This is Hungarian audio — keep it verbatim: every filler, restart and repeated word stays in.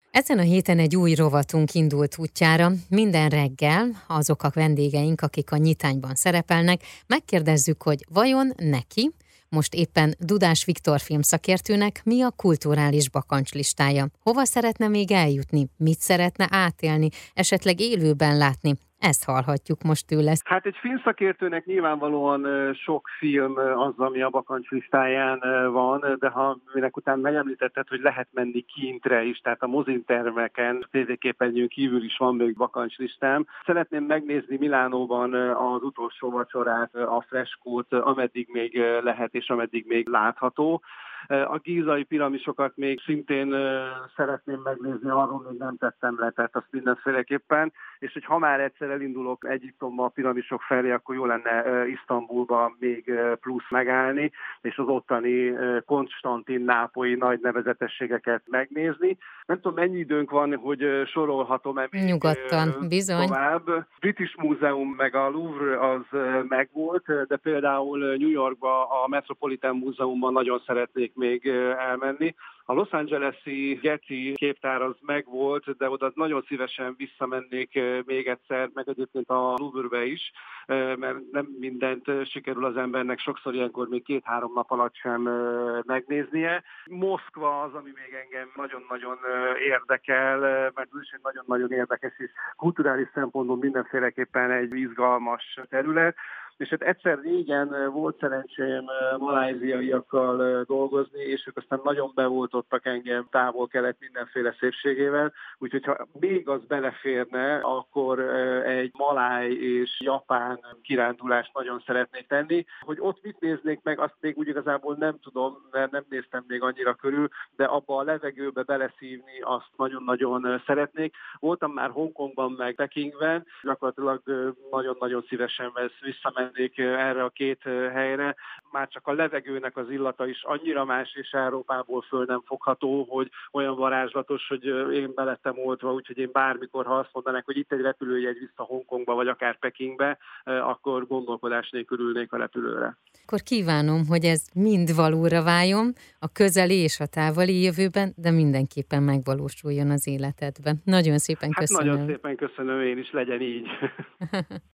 Ezen a héten egy új rovatunk indult útjára. Minden reggel azok a vendégeink, akik a nyitányban szerepelnek, megkérdezzük, hogy vajon neki, most éppen Dudás Viktor filmszakértőnek mi a kulturális bakancslistája? Hova szeretne még eljutni? Mit szeretne átélni? Esetleg élőben látni? Ezt hallhatjuk most tőle. Hát egy filmszakértőnek nyilvánvalóan sok film az, ami a bakancslistáján van, de ha minek után megemlítetted, hogy lehet menni kintre is, tehát a mozintermeken, tévéképernyőn kívül is van még bakancslistám. Szeretném megnézni Milánóban az utolsó vacsorát, a freskót, ameddig még lehet és ameddig még látható. A gízai piramisokat még szintén szeretném megnézni, arról még nem tettem le, tehát azt mindenféleképpen. És hogy ha már egyszer elindulok Egyiptomba a piramisok felé, akkor jó lenne Isztambulba még plusz megállni, és az ottani Konstantin nápolyi nagy nevezetességeket megnézni. Nem tudom, mennyi időnk van, hogy sorolhatom-e még Nyugodtan, bizony. tovább. British Múzeum meg a Louvre az megvolt, de például New Yorkba a Metropolitan Múzeumban nagyon szeretnék még elmenni. A Los Angeles-i Getty képtár az megvolt, de oda nagyon szívesen visszamennék még egyszer, meg egyébként a Louvre-be is, mert nem mindent sikerül az embernek sokszor ilyenkor még két-három nap alatt sem megnéznie. Moszkva az, ami még engem nagyon-nagyon érdekel, mert ez is egy nagyon-nagyon érdekes és kulturális szempontból mindenféleképpen egy izgalmas terület. És hát egyszer régen volt szerencsém malajziaiakkal dolgozni, és ők aztán nagyon bevoltottak engem távol-kelet mindenféle szépségével, úgyhogy ha még az beleférne, akkor egy maláj és japán kirándulást nagyon szeretnék tenni. Hogy ott mit néznék meg, azt még úgy igazából nem tudom, mert nem néztem még annyira körül, de abba a levegőbe beleszívni azt nagyon-nagyon szeretnék. Voltam már Hongkongban, meg Pekingben, gyakorlatilag nagyon-nagyon szívesen vesz visszamenni erre a két helyre. Már csak a levegőnek az illata is annyira más és Európából föl nem fogható, hogy olyan varázslatos, hogy én belettem oltva, úgyhogy én bármikor, ha azt mondanák, hogy itt egy repülőjegy vissza Hongkongba, vagy akár Pekingbe, akkor gondolkodás nélkül ülnék a repülőre. Akkor kívánom, hogy ez mind valóra váljon a közeli és a távoli jövőben, de mindenképpen megvalósuljon az életedben. Nagyon szépen köszönöm. Hát nagyon szépen köszönöm én is, legyen így.